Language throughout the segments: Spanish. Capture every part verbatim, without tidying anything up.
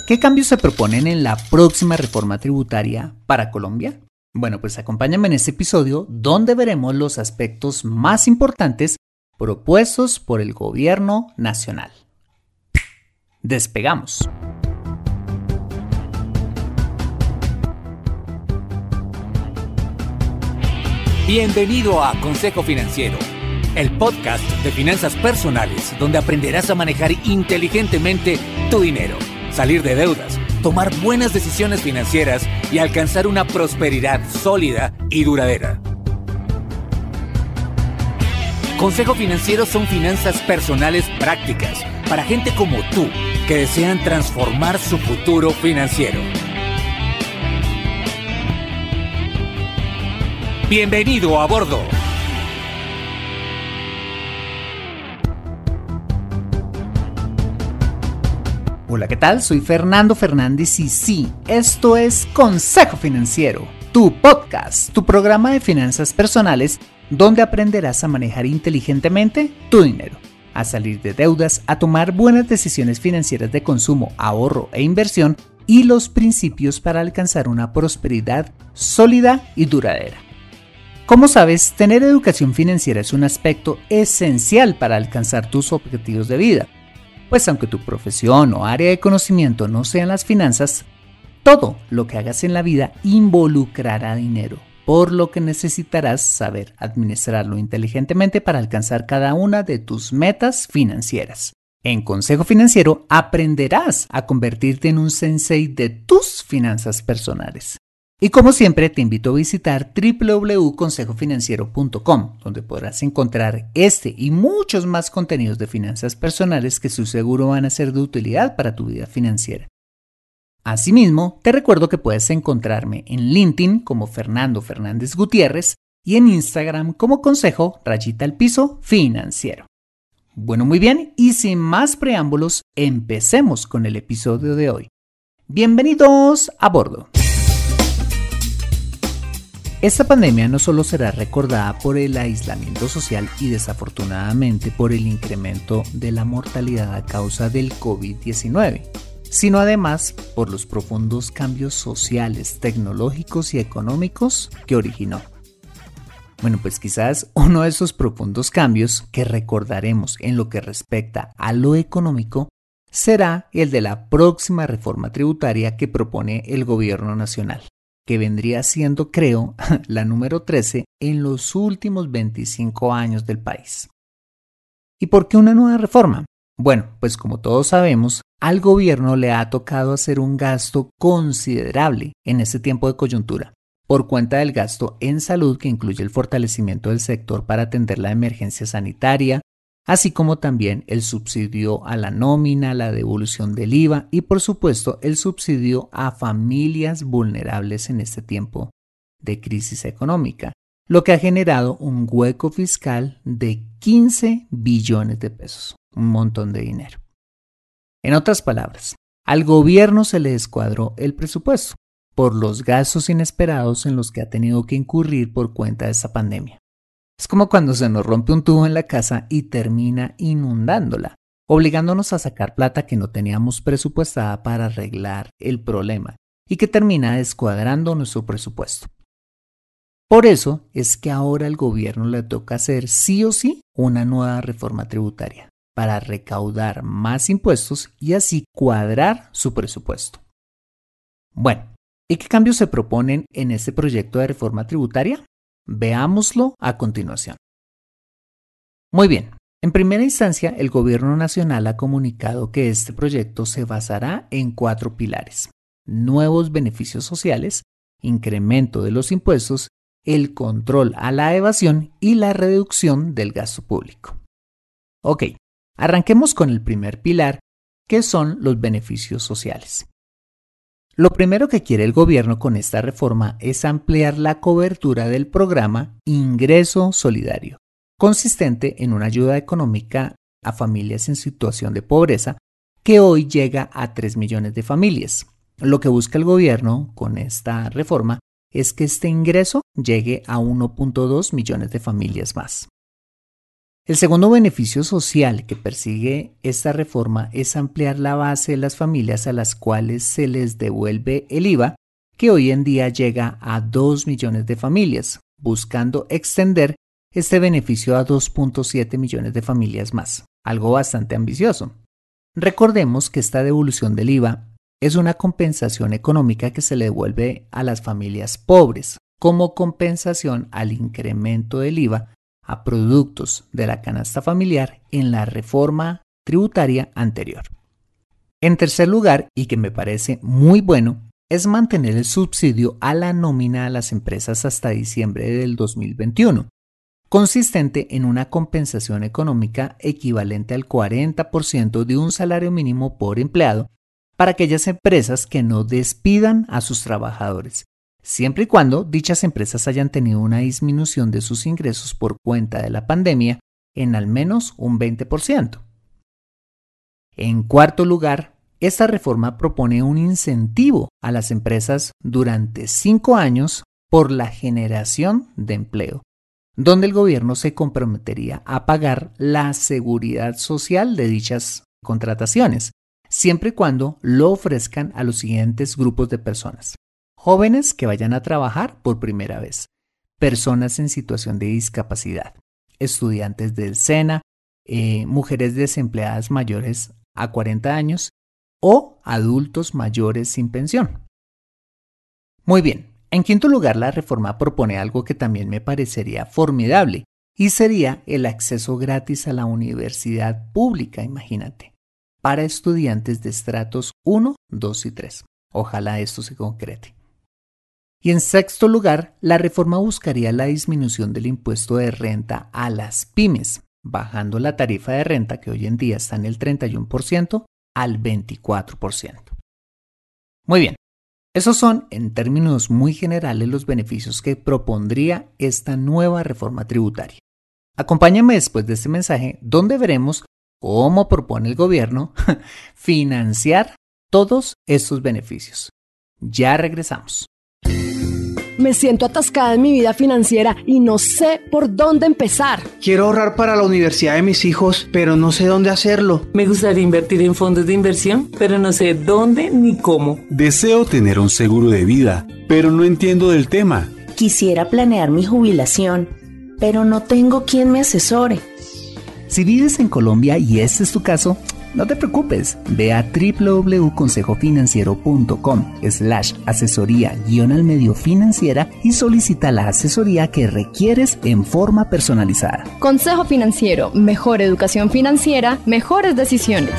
¿Qué cambios se proponen en la próxima reforma tributaria para Colombia? Bueno, pues acompáñame en este episodio donde veremos los aspectos más importantes propuestos por el gobierno nacional. Despegamos. Bienvenido a Consejo Financiero, el podcast de finanzas personales donde aprenderás a manejar inteligentemente tu dinero, salir de deudas, tomar buenas decisiones financieras y alcanzar una prosperidad sólida y duradera. Consejo Financiero son finanzas personales prácticas para gente como tú que desean transformar su futuro financiero. ¡Bienvenido a bordo! Hola, ¿qué tal? Soy Fernando Fernández y sí, esto es Consejo Financiero, tu podcast, tu programa de finanzas personales donde aprenderás a manejar inteligentemente tu dinero, a salir de deudas, a tomar buenas decisiones financieras de consumo, ahorro e inversión y los principios para alcanzar una prosperidad sólida y duradera. Como sabes, tener educación financiera es un aspecto esencial para alcanzar tus objetivos de vida. Pues aunque tu profesión o área de conocimiento no sean las finanzas, todo lo que hagas en la vida involucrará dinero, por lo que necesitarás saber administrarlo inteligentemente para alcanzar cada una de tus metas financieras. En Consejo Financiero aprenderás a convertirte en un sensei de tus finanzas personales. Y como siempre te invito a visitar doble u doble u doble u punto consejo financiero punto com, donde podrás encontrar este y muchos más contenidos de finanzas personales que estoy seguro van a ser de utilidad para tu vida financiera. Asimismo, te recuerdo que puedes encontrarme en LinkedIn como Fernando Fernández Gutiérrez y en Instagram como Consejo Rayita al Piso Financiero. Bueno, muy bien, y sin más preámbulos, empecemos con el episodio de hoy. Bienvenidos a bordo. Esta pandemia no solo será recordada por el aislamiento social y desafortunadamente por el incremento de la mortalidad a causa del covid diecinueve, sino además por los profundos cambios sociales, tecnológicos y económicos que originó. Bueno, pues quizás uno de esos profundos cambios que recordaremos en lo que respecta a lo económico será el de la próxima reforma tributaria que propone el gobierno nacional, que vendría siendo, creo, la número trece en los últimos veinticinco años del país. ¿Y por qué una nueva reforma? Bueno, pues como todos sabemos, al gobierno le ha tocado hacer un gasto considerable en este tiempo de coyuntura, por cuenta del gasto en salud que incluye el fortalecimiento del sector para atender la emergencia sanitaria, así como también el subsidio a la nómina, la devolución del I V A y por supuesto el subsidio a familias vulnerables en este tiempo de crisis económica, lo que ha generado un hueco fiscal de quince billones de pesos, un montón de dinero. En otras palabras, al gobierno se le descuadró el presupuesto por los gastos inesperados en los que ha tenido que incurrir por cuenta de esta pandemia. Es como cuando se nos rompe un tubo en la casa y termina inundándola, obligándonos a sacar plata que no teníamos presupuestada para arreglar el problema y que termina descuadrando nuestro presupuesto. Por eso es que ahora al gobierno le toca hacer sí o sí una nueva reforma tributaria para recaudar más impuestos y así cuadrar su presupuesto. Bueno, ¿y qué cambios se proponen en este proyecto de reforma tributaria? Veámoslo a continuación. Muy bien, en primera instancia, el Gobierno Nacional ha comunicado que este proyecto se basará en cuatro pilares: nuevos beneficios sociales, incremento de los impuestos, el control a la evasión y la reducción del gasto público. Ok, arranquemos con el primer pilar, que son los beneficios sociales. Lo primero que quiere el gobierno con esta reforma es ampliar la cobertura del programa Ingreso Solidario, consistente en una ayuda económica a familias en situación de pobreza que hoy llega a tres millones de familias. Lo que busca el gobierno con esta reforma es que este ingreso llegue a uno punto dos millones de familias más. El segundo beneficio social que persigue esta reforma es ampliar la base de las familias a las cuales se les devuelve el I V A, que hoy en día llega a dos millones de familias, buscando extender este beneficio a dos punto siete millones de familias más, algo bastante ambicioso. Recordemos que esta devolución del I V A es una compensación económica que se le devuelve a las familias pobres como compensación al incremento del I V A a productos de la canasta familiar en la reforma tributaria anterior. En tercer lugar, y que me parece muy bueno, es mantener el subsidio a la nómina a las empresas hasta diciembre del dos mil veintiuno, consistente en una compensación económica equivalente al cuarenta por ciento de un salario mínimo por empleado para aquellas empresas que no despidan a sus trabajadores, siempre y cuando dichas empresas hayan tenido una disminución de sus ingresos por cuenta de la pandemia en al menos un veinte por ciento. En cuarto lugar, esta reforma propone un incentivo a las empresas durante cinco años por la generación de empleo, donde el gobierno se comprometería a pagar la seguridad social de dichas contrataciones, siempre y cuando lo ofrezcan a los siguientes grupos de personas: jóvenes que vayan a trabajar por primera vez, personas en situación de discapacidad, estudiantes del SENA, eh, mujeres desempleadas mayores a cuarenta años o adultos mayores sin pensión. Muy bien, en quinto lugar, la reforma propone algo que también me parecería formidable y sería el acceso gratis a la universidad pública, imagínate, para estudiantes de estratos uno, dos y tres. Ojalá esto se concrete. Y en sexto lugar, la reforma buscaría la disminución del impuesto de renta a las pymes, bajando la tarifa de renta, que hoy en día está en el treinta y uno por ciento, al veinticuatro por ciento. Muy bien, esos son, en términos muy generales, los beneficios que propondría esta nueva reforma tributaria. Acompáñame después de este mensaje, donde veremos cómo propone el gobierno financiar todos estos beneficios. Ya regresamos. Me siento atascada en mi vida financiera y no sé por dónde empezar. Quiero ahorrar para la universidad de mis hijos, pero no sé dónde hacerlo. Me gustaría invertir en fondos de inversión, pero no sé dónde ni cómo. Deseo tener un seguro de vida, pero no entiendo del tema. Quisiera planear mi jubilación, pero no tengo quien me asesore. Si vives en Colombia y este es tu caso, no te preocupes, ve a doble u doble u doble u punto consejo financiero punto com slash asesoría guión al medio financiera y solicita la asesoría que requieres en forma personalizada. Consejo Financiero, mejor educación financiera, mejores decisiones.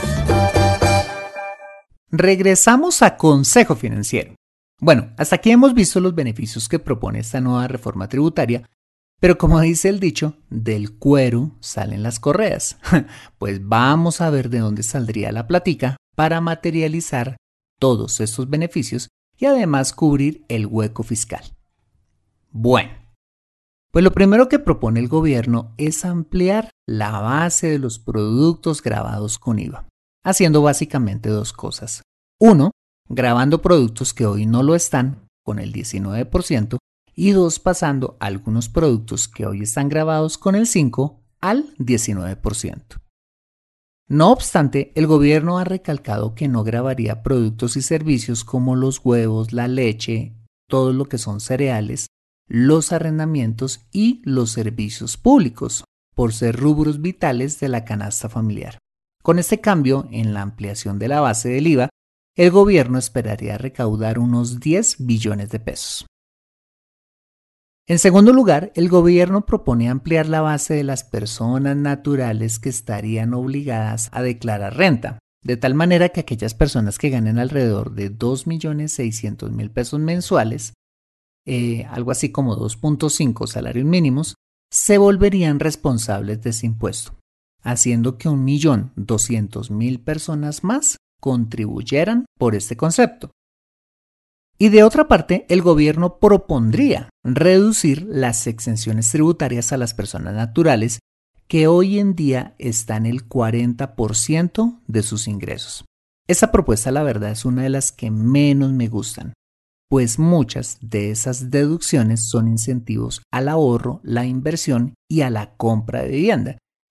Regresamos a Consejo Financiero. Bueno, hasta aquí hemos visto los beneficios que propone esta nueva reforma tributaria, pero como dice el dicho, del cuero salen las correas. Pues vamos a ver de dónde saldría la platica para materializar todos estos beneficios y además cubrir el hueco fiscal. Bueno, pues lo primero que propone el gobierno es ampliar la base de los productos gravados con I V A, haciendo básicamente dos cosas. Uno, gravando productos que hoy no lo están con el diecinueve por ciento, y dos, pasando algunos productos que hoy están gravados con el cinco por ciento al diecinueve por ciento. No obstante, el gobierno ha recalcado que no gravaría productos y servicios como los huevos, la leche, todo lo que son cereales, los arrendamientos y los servicios públicos, por ser rubros vitales de la canasta familiar. Con este cambio en la ampliación de la base del I V A, el gobierno esperaría recaudar unos diez billones de pesos. En segundo lugar, el gobierno propone ampliar la base de las personas naturales que estarían obligadas a declarar renta, de tal manera que aquellas personas que ganen alrededor de dos millones seiscientos mil pesos mensuales, eh, algo así como dos punto cinco salarios mínimos, se volverían responsables de ese impuesto, haciendo que un millón doscientos mil personas más contribuyeran por este concepto. Y de otra parte, el gobierno propondría reducir las exenciones tributarias a las personas naturales que hoy en día están en el cuarenta por ciento de sus ingresos. Esa propuesta, la verdad, es una de las que menos me gustan, pues muchas de esas deducciones son incentivos al ahorro, la inversión y a la compra de vivienda,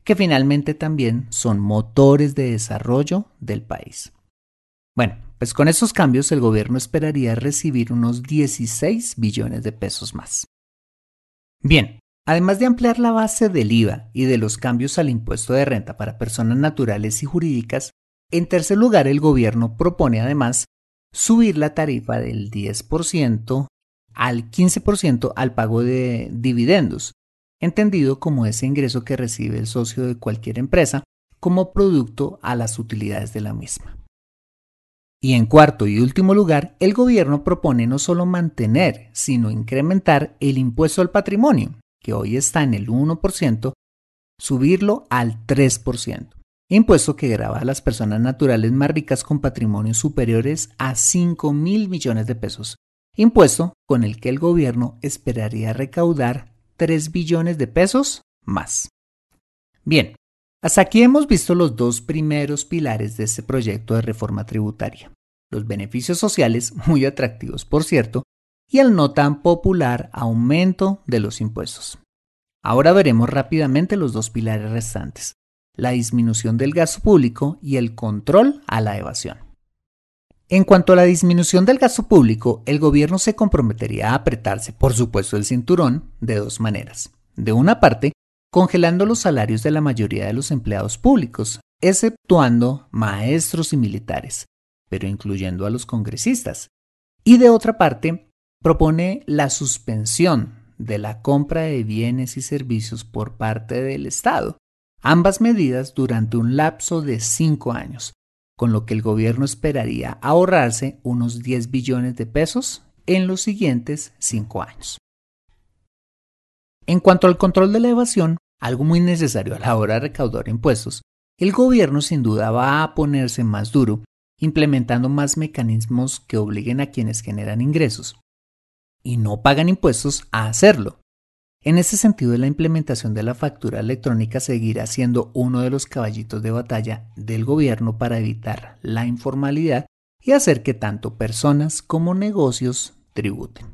que finalmente también son motores de desarrollo del país. Bueno, pues con estos cambios el gobierno esperaría recibir unos dieciséis billones de pesos más. Bien, además de ampliar la base del I V A y de los cambios al impuesto de renta para personas naturales y jurídicas, en tercer lugar el gobierno propone además subir la tarifa del diez por ciento al quince por ciento al pago de dividendos, entendido como ese ingreso que recibe el socio de cualquier empresa como producto a las utilidades de la misma. Y en cuarto y último lugar, el gobierno propone no solo mantener, sino incrementar el impuesto al patrimonio, que hoy está en el uno por ciento, subirlo al tres por ciento, impuesto que grava a las personas naturales más ricas con patrimonios superiores a cinco mil millones de pesos, impuesto con el que el gobierno esperaría recaudar tres billones de pesos más. Bien, hasta aquí hemos visto los dos primeros pilares de este proyecto de reforma tributaria, los beneficios sociales, muy atractivos por cierto, y el no tan popular aumento de los impuestos. Ahora veremos rápidamente los dos pilares restantes, la disminución del gasto público y el control a la evasión. En cuanto a la disminución del gasto público, el gobierno se comprometería a apretarse, por supuesto, el cinturón de dos maneras. De una parte, congelando los salarios de la mayoría de los empleados públicos, exceptuando maestros y militares, pero incluyendo a los congresistas. Y de otra parte, propone la suspensión de la compra de bienes y servicios por parte del Estado, ambas medidas durante un lapso de cinco años, con lo que el gobierno esperaría ahorrarse unos diez billones de pesos en los siguientes cinco años. En cuanto al control de la evasión, algo muy necesario a la hora de recaudar impuestos, el gobierno sin duda va a ponerse más duro, implementando más mecanismos que obliguen a quienes generan ingresos y no pagan impuestos a hacerlo. En ese sentido, la implementación de la factura electrónica seguirá siendo uno de los caballitos de batalla del gobierno para evitar la informalidad y hacer que tanto personas como negocios tributen.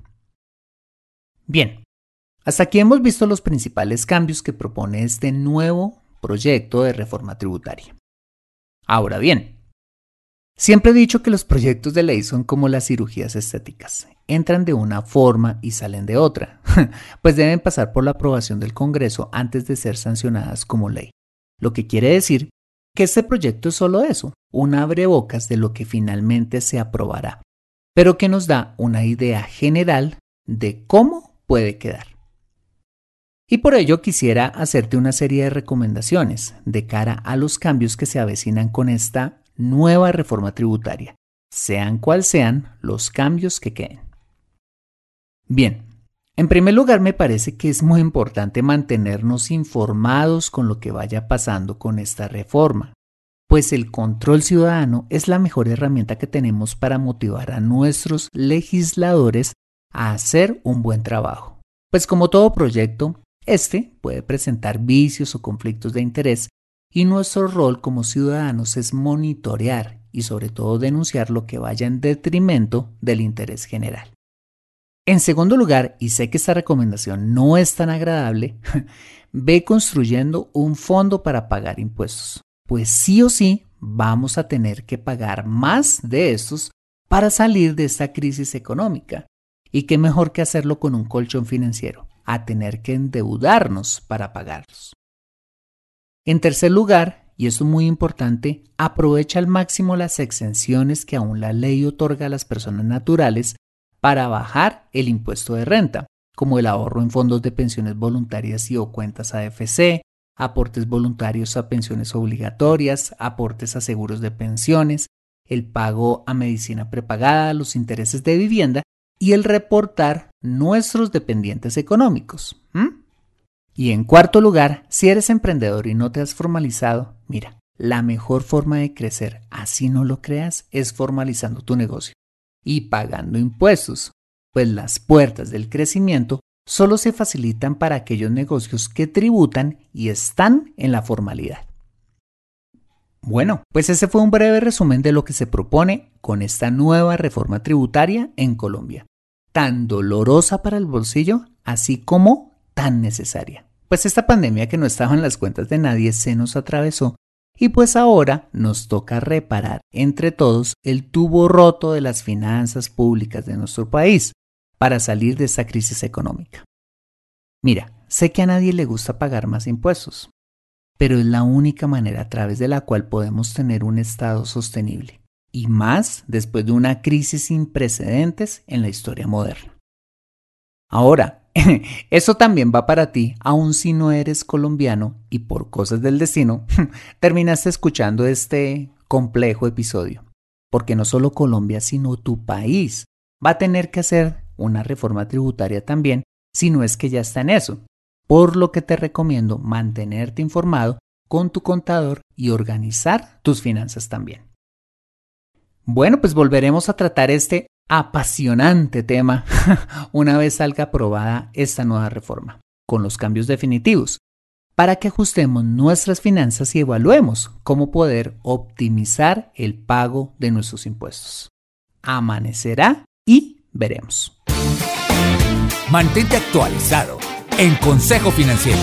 Bien, hasta aquí hemos visto los principales cambios que propone este nuevo proyecto de reforma tributaria. Ahora bien, siempre he dicho que los proyectos de ley son como las cirugías estéticas. Entran de una forma y salen de otra, pues deben pasar por la aprobación del Congreso antes de ser sancionadas como ley. Lo que quiere decir que este proyecto es solo eso, un abrebocas de lo que finalmente se aprobará, pero que nos da una idea general de cómo puede quedar. Y por ello quisiera hacerte una serie de recomendaciones de cara a los cambios que se avecinan con esta nueva reforma tributaria, sean cual sean los cambios que queden. Bien, en primer lugar me parece que es muy importante mantenernos informados con lo que vaya pasando con esta reforma, pues el control ciudadano es la mejor herramienta que tenemos para motivar a nuestros legisladores a hacer un buen trabajo. Pues como todo proyecto, este puede presentar vicios o conflictos de interés y nuestro rol como ciudadanos es monitorear y sobre todo denunciar lo que vaya en detrimento del interés general. En segundo lugar, y sé que esta recomendación no es tan agradable, ve construyendo un fondo para pagar impuestos, pues sí o sí vamos a tener que pagar más de estos para salir de esta crisis económica. Y qué mejor que hacerlo con un colchón financiero, a tener que endeudarnos para pagarlos. En tercer lugar, y esto es muy importante, aprovecha al máximo las exenciones que aún la ley otorga a las personas naturales para bajar el impuesto de renta, como el ahorro en fondos de pensiones voluntarias y o cuentas A F C, aportes voluntarios a pensiones obligatorias, aportes a seguros de pensiones, el pago a medicina prepagada, los intereses de vivienda y el reportar nuestros dependientes económicos. ¿Mm? Y en cuarto lugar, si eres emprendedor y no te has formalizado, mira, la mejor forma de crecer, así no lo creas, es formalizando tu negocio y pagando impuestos, pues las puertas del crecimiento solo se facilitan para aquellos negocios que tributan y están en la formalidad. Bueno, pues ese fue un breve resumen de lo que se propone con esta nueva reforma tributaria en Colombia, tan dolorosa para el bolsillo, así como tan necesaria. Pues esta pandemia que no estaba en las cuentas de nadie se nos atravesó y pues ahora nos toca reparar entre todos el tubo roto de las finanzas públicas de nuestro país para salir de esta crisis económica. Mira, sé que a nadie le gusta pagar más impuestos, pero es la única manera a través de la cual podemos tener un Estado sostenible, y más después de una crisis sin precedentes en la historia moderna. Ahora, eso también va para ti, aun si no eres colombiano y por cosas del destino terminaste escuchando este complejo episodio, porque no solo Colombia, sino tu país va a tener que hacer una reforma tributaria también, si no es que ya está en eso, por lo que te recomiendo mantenerte informado con tu contador y organizar tus finanzas también. Bueno, pues volveremos a tratar este apasionante tema una vez salga aprobada esta nueva reforma, con los cambios definitivos, para que ajustemos nuestras finanzas y evaluemos cómo poder optimizar el pago de nuestros impuestos. Amanecerá y veremos. Mantente actualizado en Consejo Financiero.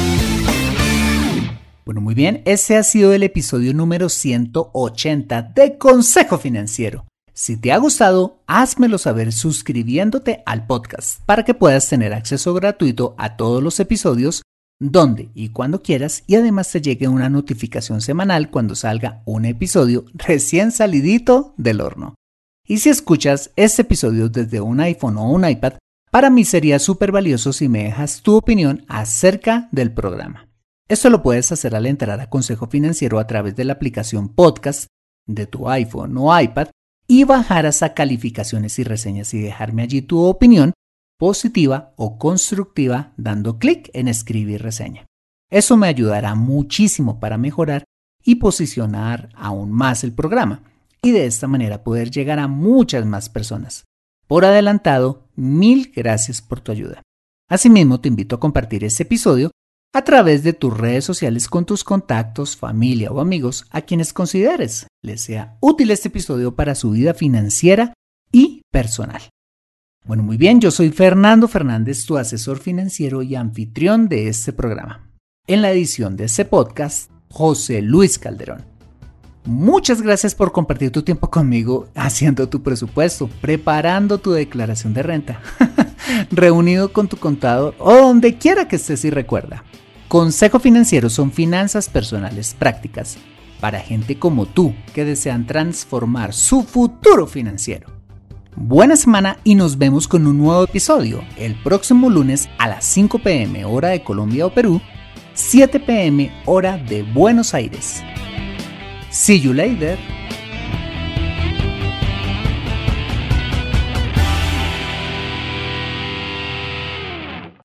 Bueno, muy bien, ese ha sido el episodio número ciento ochenta de Consejo Financiero. Si te ha gustado, házmelo saber suscribiéndote al podcast para que puedas tener acceso gratuito a todos los episodios donde y cuando quieras, y además te llegue una notificación semanal cuando salga un episodio recién salidito del horno. Y si escuchas este episodio desde un iPhone o un iPad, para mí sería súper valioso si me dejas tu opinión acerca del programa. Esto lo puedes hacer al entrar a Consejo Financiero a través de la aplicación podcast de tu iPhone o iPad y bajar hasta calificaciones y reseñas y dejarme allí tu opinión positiva o constructiva dando clic en escribir reseña. Eso me ayudará muchísimo para mejorar y posicionar aún más el programa y de esta manera poder llegar a muchas más personas. Por adelantado, mil gracias por tu ayuda. Asimismo, te invito a compartir este episodio a través de tus redes sociales con tus contactos, familia o amigos a quienes consideres les sea útil este episodio para su vida financiera y personal. Bueno, muy bien, yo soy Fernando Fernández, tu asesor financiero y anfitrión de este programa. En la edición de este podcast, José Luis Calderón. Muchas gracias por compartir tu tiempo conmigo haciendo tu presupuesto, preparando tu declaración de renta, reunido con tu contador o donde quiera que estés y recuerda. Consejo Financiero son finanzas personales prácticas para gente como tú que desean transformar su futuro financiero. Buena semana y nos vemos con un nuevo episodio el próximo lunes a las cinco pe eme hora de Colombia o Perú, siete pe eme hora de Buenos Aires. See you later.